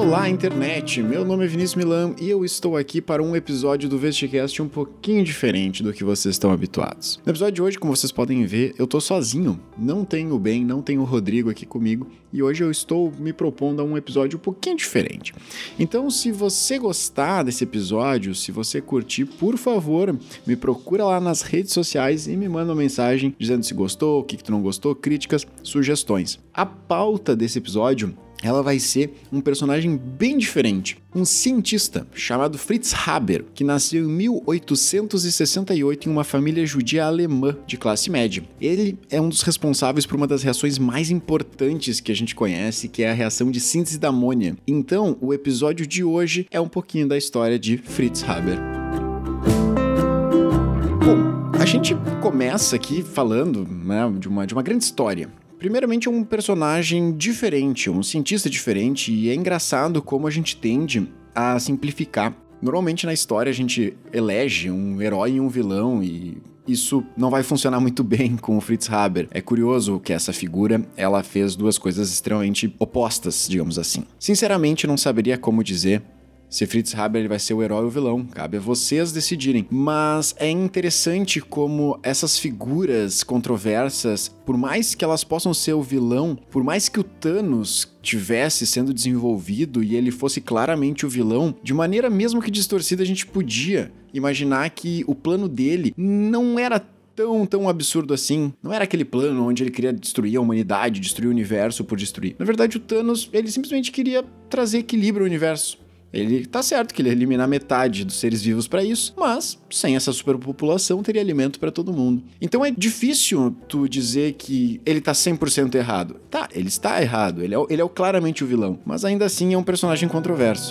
Olá, internet! Meu nome é Vinícius Milan e eu estou aqui para um episódio do VestiCast um pouquinho diferente do que vocês estão habituados. No episódio de hoje, como vocês podem ver, eu tô sozinho. Não tenho o Ben, não tenho o Rodrigo aqui comigo e hoje eu estou me propondo a um episódio um pouquinho diferente. Então, se você gostar desse episódio, se você curtir, por favor, me procura lá nas redes sociais e me manda uma mensagem dizendo se gostou, o que tu não gostou, críticas, sugestões. A pauta desse episódio, ela vai ser um personagem bem diferente, um cientista chamado Fritz Haber, que nasceu em 1868 em uma família judia alemã de classe média. Ele é um dos responsáveis por uma das reações mais importantes que a gente conhece, que é a reação de síntese da amônia. Então, o episódio de hoje é um pouquinho da história de Fritz Haber. Bom, a gente começa aqui falando, né, de uma grande história. Primeiramente, é um personagem diferente, um cientista diferente, e é engraçado como a gente tende a simplificar. Normalmente na história a gente elege um herói e um vilão, e isso não vai funcionar muito bem com o Fritz Haber. É curioso que essa figura, ela fez duas coisas extremamente opostas, digamos assim. Sinceramente, não saberia como dizer se Fritz Haber ele vai ser o herói ou o vilão, cabe a vocês decidirem. Mas é interessante como essas figuras controversas, por mais que elas possam ser o vilão, por mais que o Thanos tivesse sendo desenvolvido e ele fosse claramente o vilão, de maneira mesmo que distorcida, a gente podia imaginar que o plano dele não era tão absurdo assim. Não era aquele plano onde ele queria destruir a humanidade, destruir o universo por destruir. Na verdade, o Thanos, ele simplesmente queria trazer equilíbrio ao universo. Ele tá certo que ele ia eliminar metade dos seres vivos para isso, mas sem essa superpopulação teria alimento para todo mundo. Então é difícil tu dizer que ele tá 100% errado. Tá, ele está errado, ele é claramente o vilão, mas ainda assim é um personagem controverso.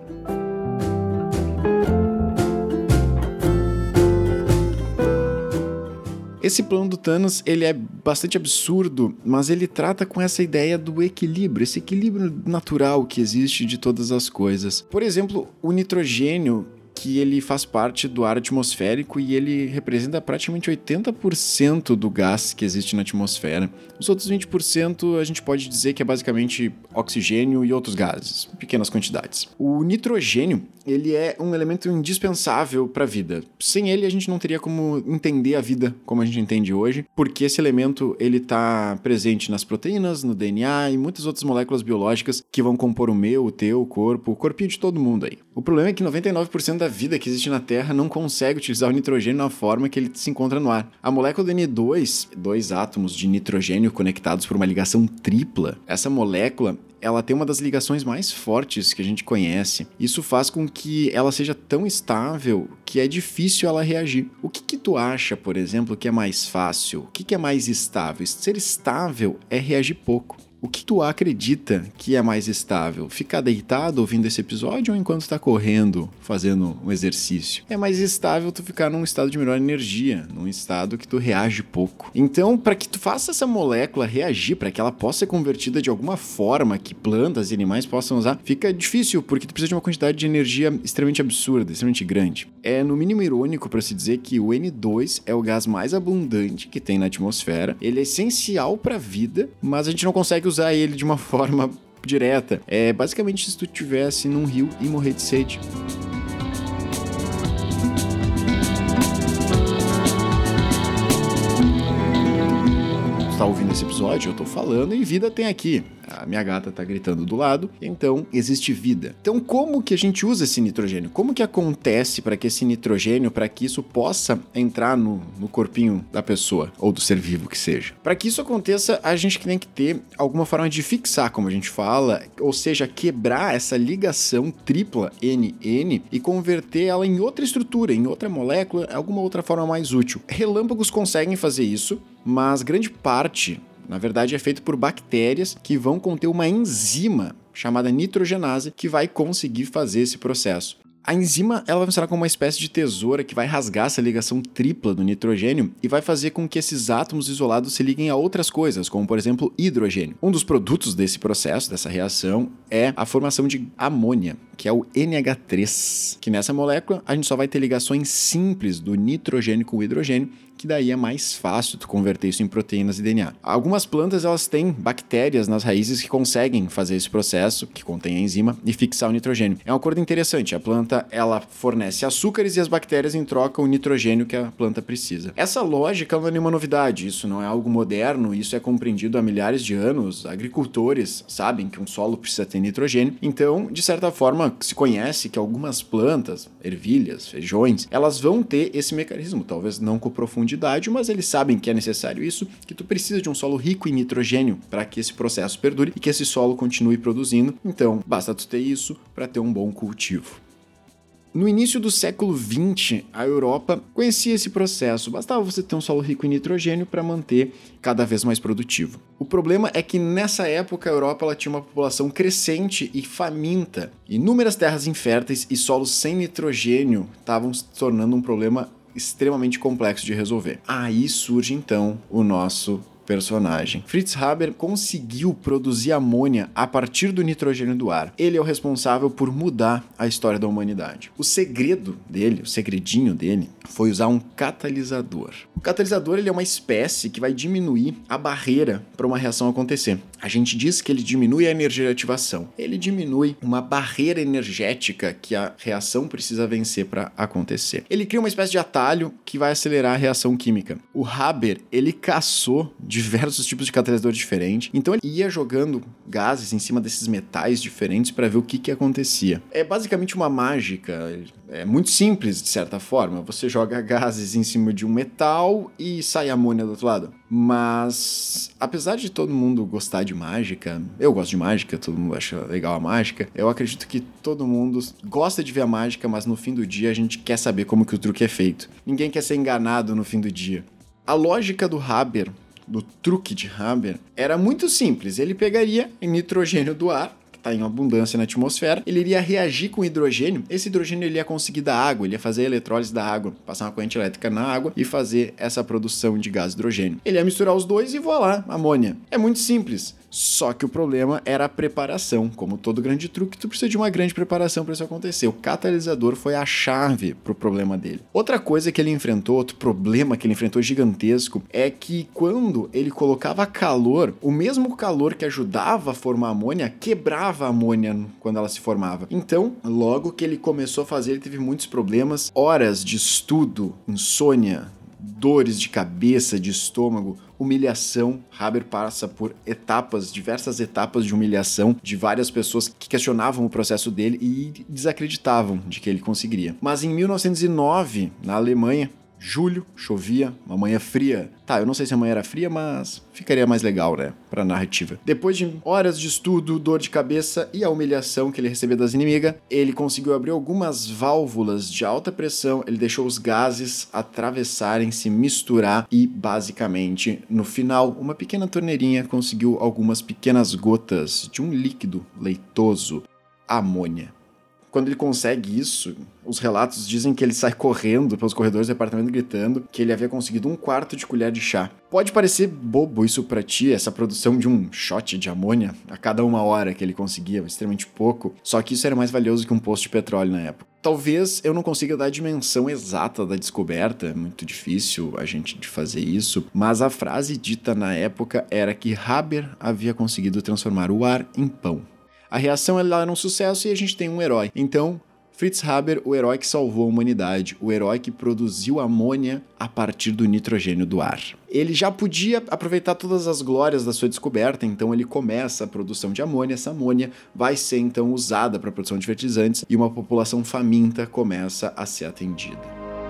Esse plano do Thanos, ele é bastante absurdo, mas ele trata com essa ideia do equilíbrio, esse equilíbrio natural que existe de todas as coisas. Por exemplo, o nitrogênio, que ele faz parte do ar atmosférico e ele representa praticamente 80% do gás que existe na atmosfera. Os outros 20% a gente pode dizer que é basicamente oxigênio e outros gases, pequenas quantidades. O nitrogênio, ele é um elemento indispensável para a vida. Sem ele, a gente não teria como entender a vida como a gente entende hoje, porque esse elemento ele está presente nas proteínas, no DNA e muitas outras moléculas biológicas que vão compor o meu, o teu, o corpo, o corpinho de todo mundo aí. O problema é que 99% da vida que existe na Terra não consegue utilizar o nitrogênio na forma que ele se encontra no ar. A molécula do N2, dois átomos de nitrogênio conectados por uma ligação tripla, essa molécula ela tem uma das ligações mais fortes que a gente conhece. Isso faz com que ela seja tão estável que é difícil ela reagir. O que tu acha, por exemplo, que é mais fácil? O que é mais estável? Ser estável é reagir pouco. O que tu acredita que é mais estável? Ficar deitado ouvindo esse episódio ou enquanto tá correndo, fazendo um exercício? É mais estável tu ficar num estado de melhor energia, num estado que tu reage pouco. Então, para que tu faça essa molécula reagir, para que ela possa ser convertida de alguma forma que plantas e animais possam usar, fica difícil, porque tu precisa de uma quantidade de energia extremamente absurda, extremamente grande. É no mínimo irônico para se dizer que o N2 é o gás mais abundante que tem na atmosfera. Ele é essencial para a vida, mas a gente não consegue usar ele de uma forma direta. É basicamente se tu estivesse num rio e morrer de sede. Tu tá ouvindo esse episódio? Eu tô falando e vida tem aqui. A minha gata tá gritando do lado, então existe vida. Então como que a gente usa esse nitrogênio? Como que acontece para que esse nitrogênio, para que isso possa entrar no corpinho da pessoa, ou do ser vivo que seja? Para que isso aconteça, a gente tem que ter alguma forma de fixar, como a gente fala, ou seja, quebrar essa ligação tripla NN e converter ela em outra estrutura, em outra molécula, alguma outra forma mais útil. Relâmpagos conseguem fazer isso, mas grande parte, na verdade, é feito por bactérias que vão conter uma enzima chamada nitrogenase que vai conseguir fazer esse processo. A enzima ela vai funcionar como uma espécie de tesoura que vai rasgar essa ligação tripla do nitrogênio e vai fazer com que esses átomos isolados se liguem a outras coisas, como por exemplo hidrogênio. Um dos produtos desse processo, dessa reação, é a formação de amônia, que é o NH3, que nessa molécula a gente só vai ter ligações simples do nitrogênio com o hidrogênio, que daí é mais fácil tu converter isso em proteínas e DNA. Algumas plantas, elas têm bactérias nas raízes que conseguem fazer esse processo, que contém a enzima, e fixar o nitrogênio. É um acordo interessante. A planta, ela fornece açúcares e as bactérias em troca o nitrogênio que a planta precisa. Essa lógica não é nenhuma novidade. Isso não é algo moderno, isso é compreendido há milhares de anos. Agricultores sabem que um solo precisa ter nitrogênio. Então, de certa forma, se conhece que algumas plantas, ervilhas, feijões, elas vão ter esse mecanismo. Talvez não com profundidade, mas eles sabem que é necessário isso, que tu precisa de um solo rico em nitrogênio para que esse processo perdure e que esse solo continue produzindo. Então, basta tu ter isso para ter um bom cultivo. No início do século XX, a Europa conhecia esse processo. Bastava você ter um solo rico em nitrogênio para manter cada vez mais produtivo. O problema é que nessa época a Europa ela tinha uma população crescente e faminta. Inúmeras terras inférteis e solos sem nitrogênio estavam se tornando um problema extremamente complexo de resolver. Aí surge então o nosso personagem. Fritz Haber conseguiu produzir amônia a partir do nitrogênio do ar. Ele é o responsável por mudar a história da humanidade. O segredo dele, o segredinho dele, foi usar um catalisador. O catalisador ele é uma espécie que vai diminuir a barreira para uma reação acontecer. A gente diz que ele diminui a energia de ativação. Ele diminui uma barreira energética que a reação precisa vencer para acontecer. Ele cria uma espécie de atalho que vai acelerar a reação química. O Haber, ele caçou diversos tipos de catalisador diferentes, então ele ia jogando gases em cima desses metais diferentes para ver o que acontecia. É basicamente uma mágica, é muito simples de certa forma. Você joga gases em cima de um metal e sai amônia do outro lado. Mas, apesar de todo mundo gostar de mágica, eu gosto de mágica, todo mundo acha legal a mágica, eu acredito que todo mundo gosta de ver a mágica, mas no fim do dia a gente quer saber como que o truque é feito. Ninguém quer ser enganado no fim do dia. A lógica do Haber, do truque de Haber, era muito simples. Ele pegaria o nitrogênio do ar, que está em abundância na atmosfera, ele iria reagir com hidrogênio, esse hidrogênio ele ia conseguir da água, ele ia fazer a eletrólise da água, passar uma corrente elétrica na água e fazer essa produção de gás hidrogênio. Ele ia misturar os dois e voilá, amônia. É muito simples. Só que o problema era a preparação. Como todo grande truque, tu precisa de uma grande preparação para isso acontecer. O catalisador foi a chave para o problema dele. Outra coisa que ele enfrentou, outro problema que ele enfrentou gigantesco, é que quando ele colocava calor, o mesmo calor que ajudava a formar amônia, quebrava a amônia quando ela se formava. Então, logo que ele começou a fazer, ele teve muitos problemas, horas de estudo, insônia, dores de cabeça, de estômago, humilhação. Haber passa por diversas etapas de humilhação de várias pessoas que questionavam o processo dele e desacreditavam de que ele conseguiria. Mas em 1909, na Alemanha, julho, chovia, uma manhã fria. Tá, eu não sei se a manhã era fria, mas ficaria mais legal, né, pra narrativa. Depois de horas de estudo, dor de cabeça e a humilhação que ele recebia das inimigas, ele conseguiu abrir algumas válvulas de alta pressão, ele deixou os gases atravessarem, se misturar e, basicamente, no final, uma pequena torneirinha conseguiu algumas pequenas gotas de um líquido leitoso, amônia. Quando ele consegue isso, os relatos dizem que ele sai correndo pelos corredores do departamento gritando que ele havia conseguido 1/4 de colher de chá. Pode parecer bobo isso pra ti, essa produção de um shot de amônia a cada 1 hora que ele conseguia, extremamente pouco, só que isso era mais valioso que um poço de petróleo na época. Talvez eu não consiga dar a dimensão exata da descoberta, é muito difícil a gente de fazer isso, mas a frase dita na época era que Haber havia conseguido transformar o ar em pão. A reação ela era um sucesso e a gente tem um herói. Então, Fritz Haber, o herói que salvou a humanidade, o herói que produziu amônia a partir do nitrogênio do ar. Ele já podia aproveitar todas as glórias da sua descoberta, então ele começa a produção de amônia. Essa amônia vai ser então usada para a produção de fertilizantes e uma população faminta começa a ser atendida.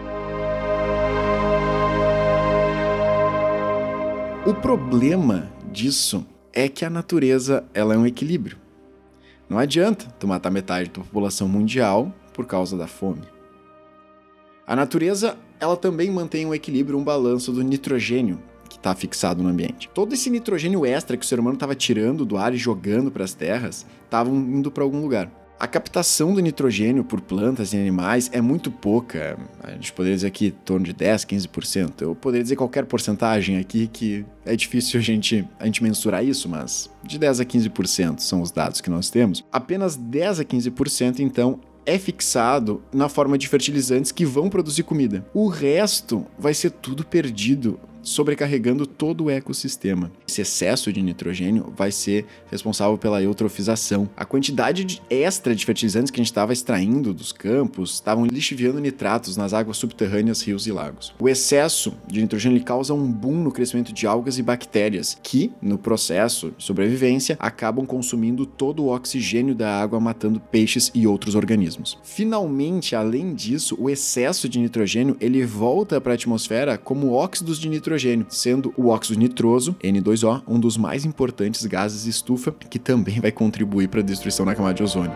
O problema disso é que a natureza ela é um equilíbrio. Não adianta tu matar metade da população mundial por causa da fome. A natureza, ela também mantém um equilíbrio, um balanço do nitrogênio que está fixado no ambiente. Todo esse nitrogênio extra que o ser humano estava tirando do ar e jogando para as terras, estavam indo para algum lugar. A captação do nitrogênio por plantas e animais é muito pouca. A gente poderia dizer aqui em torno de 10, 15%. Eu poderia dizer qualquer porcentagem aqui que é difícil a gente mensurar isso, mas de 10 a 15% são os dados que nós temos. Apenas 10 a 15%, então, é fixado na forma de fertilizantes que vão produzir comida. O resto vai ser tudo perdido, sobrecarregando todo o ecossistema. Esse excesso de nitrogênio vai ser responsável pela eutrofização. A quantidade extra de fertilizantes que a gente estava extraindo dos campos estavam lixiviando nitratos nas águas subterrâneas, rios e lagos. O excesso de nitrogênio ele causa um boom no crescimento de algas e bactérias, que, no processo de sobrevivência, acabam consumindo todo o oxigênio da água, matando peixes e outros organismos. Finalmente, além disso, o excesso de nitrogênio ele volta para a atmosfera como óxidos de nitrogênio, sendo o óxido nitroso, N2O, um dos mais importantes gases estufa, que também vai contribuir para a destruição da camada de ozônio.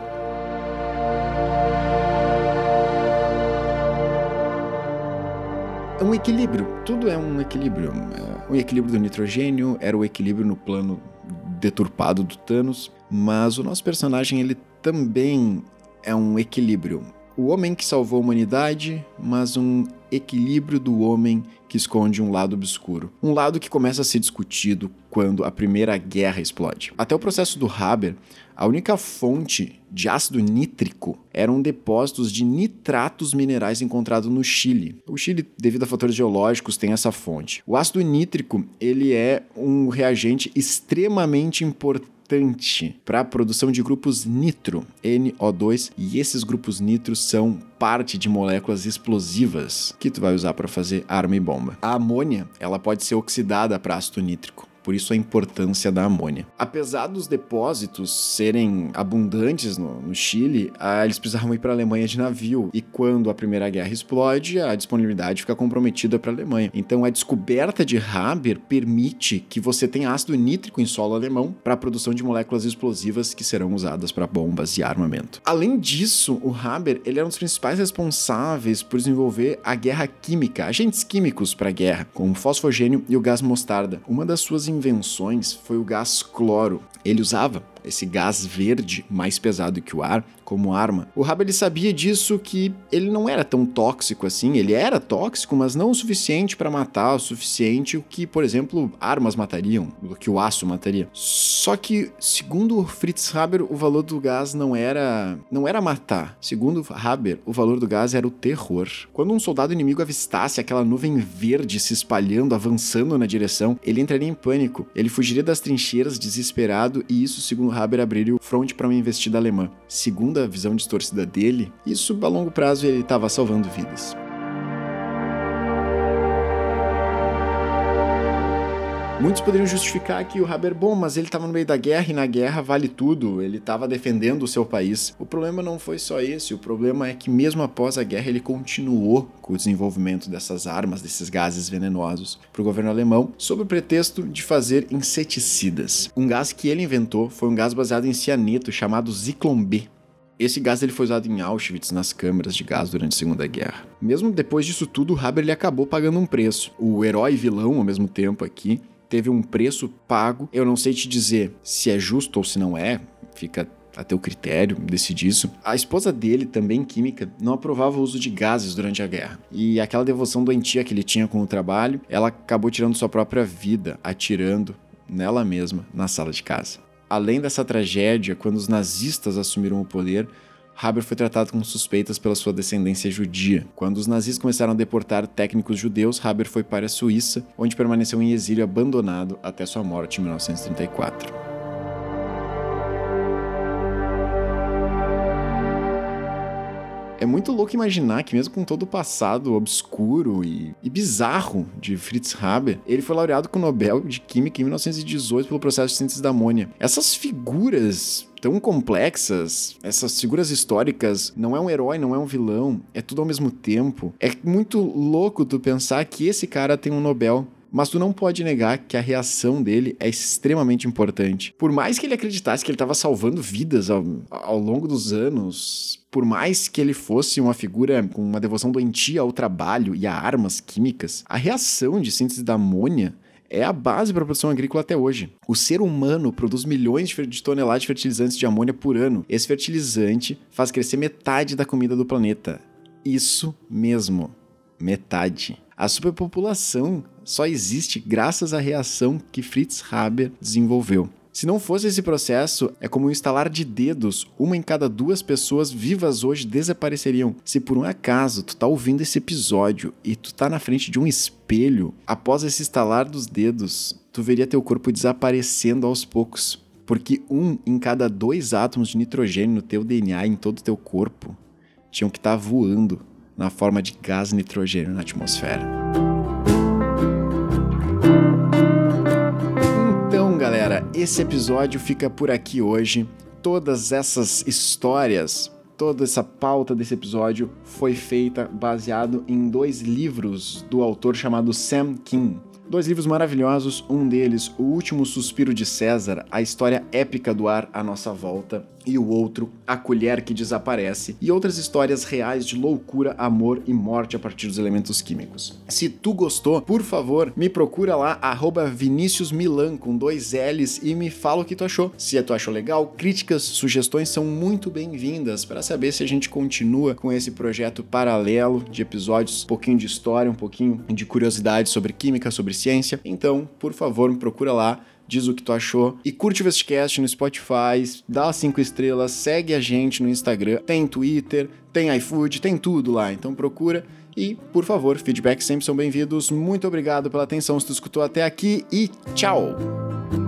É um equilíbrio, tudo é um equilíbrio. O equilíbrio do nitrogênio era o equilíbrio no plano deturpado do Thanos, mas o nosso personagem ele também é um equilíbrio. O homem que salvou a humanidade, mas um equilíbrio do homem que esconde um lado obscuro. Um lado que começa a ser discutido quando a Primeira Guerra explode. Até o processo do Haber, a única fonte de ácido nítrico eram depósitos de nitratos minerais encontrados no Chile. O Chile, devido a fatores geológicos, tem essa fonte. O ácido nítrico ele é um reagente extremamente importante para a produção de grupos nitro, NO2, e esses grupos nitro são parte de moléculas explosivas que tu vai usar para fazer arma e bomba. A amônia, ela pode ser oxidada para ácido nítrico. Por isso a importância da amônia. Apesar dos depósitos serem abundantes no Chile, eles precisavam ir para a Alemanha de navio. E quando a Primeira Guerra explode, a disponibilidade fica comprometida para a Alemanha. Então a descoberta de Haber permite que você tenha ácido nítrico em solo alemão para a produção de moléculas explosivas que serão usadas para bombas e armamento. Além disso, o Haber ele era um dos principais responsáveis por desenvolver a guerra química, agentes químicos para a guerra, como o fosfogênio e o gás mostarda. Uma das suas invenções foi o gás cloro. Ele usava esse gás verde mais pesado que o ar como arma. O Haber ele sabia disso, que ele não era tão tóxico assim, ele era tóxico, mas não o suficiente para matar, o suficiente o que, por exemplo, armas matariam, o que o aço mataria. Só que, segundo Fritz Haber, o valor do gás não era matar. Segundo Haber, o valor do gás era o terror. Quando um soldado inimigo avistasse aquela nuvem verde se espalhando, avançando na direção, ele entraria em pânico. Ele fugiria das trincheiras desesperado, e isso, segundo Haber, abriria o fronte para uma investida alemã. Segundo a visão distorcida dele, isso a longo prazo ele estava salvando vidas. Muitos poderiam justificar que o Haber, mas ele estava no meio da guerra e na guerra vale tudo, ele estava defendendo o seu país. O problema não foi só esse, o problema é que mesmo após a guerra ele continuou com o desenvolvimento dessas armas, desses gases venenosos para o governo alemão, sob o pretexto de fazer inseticidas. Um gás que ele inventou foi um gás baseado em cianeto chamado Zyklon B. Esse gás ele foi usado em Auschwitz, nas câmaras de gás durante a Segunda Guerra. Mesmo depois disso tudo, Haber ele acabou pagando um preço. O herói e vilão, ao mesmo tempo aqui, teve um preço pago. Eu não sei te dizer se é justo ou se não é, fica a teu critério decidir isso. A esposa dele, também química, não aprovava o uso de gases durante a guerra. E aquela devoção doentia que ele tinha com o trabalho, ela acabou tirando sua própria vida, atirando nela mesma na sala de casa. Além dessa tragédia, quando os nazistas assumiram o poder, Haber foi tratado com suspeitas pela sua descendência judia. Quando os nazistas começaram a deportar técnicos judeus, Haber foi para a Suíça, onde permaneceu em exílio abandonado até sua morte em 1934. É muito louco imaginar que mesmo com todo o passado obscuro e bizarro de Fritz Haber, ele foi laureado com o Nobel de Química em 1918 pelo processo de síntese da amônia. Essas figuras tão complexas, essas figuras históricas, não é um herói, não é um vilão, é tudo ao mesmo tempo. É muito louco tu pensar que esse cara tem um Nobel. Mas tu não pode negar que a reação dele é extremamente importante. Por mais que ele acreditasse que ele estava salvando vidas ao longo dos anos, por mais que ele fosse uma figura com uma devoção doentia ao trabalho e a armas químicas, a reação de síntese da amônia é a base para a produção agrícola até hoje. O ser humano produz milhões de toneladas de fertilizantes de amônia por ano. Esse fertilizante faz crescer metade da comida do planeta. Isso mesmo, metade. A superpopulação só existe graças à reação que Fritz Haber desenvolveu. Se não fosse esse processo, é como um estalar de dedos, 1 em cada 2 pessoas vivas hoje desapareceriam. Se por um acaso tu tá ouvindo esse episódio e tu tá na frente de um espelho, após esse estalar dos dedos, tu veria teu corpo desaparecendo aos poucos. Porque 1 em cada 2 átomos de nitrogênio no teu DNA, em todo o teu corpo, tinham que estar voando na forma de gás nitrogênio na atmosfera. Então, galera, esse episódio fica por aqui hoje. Todas essas histórias, toda essa pauta desse episódio foi feita baseado em 2 livros do autor chamado Sam King. 2 livros maravilhosos, um deles, O Último Suspiro de César, a história épica do ar à nossa volta, e o outro, A Colher que Desaparece, e outras histórias reais de loucura, amor e morte a partir dos elementos químicos. Se tu gostou, por favor, me procura lá, @ViniciusMilan, com 2 L's, e me fala o que tu achou. Se tu achou legal, críticas, sugestões são muito bem-vindas para saber se a gente continua com esse projeto paralelo de episódios, um pouquinho de história, um pouquinho de curiosidade sobre química, sobre ciência. Então, por favor, me procura lá, diz o que tu achou e curte o Vestcast no Spotify, dá 5 estrelas, segue a gente no Instagram, tem Twitter, tem iFood, tem tudo lá, então procura e, por favor, feedbacks sempre são bem-vindos. Muito obrigado pela atenção se tu escutou até aqui e tchau!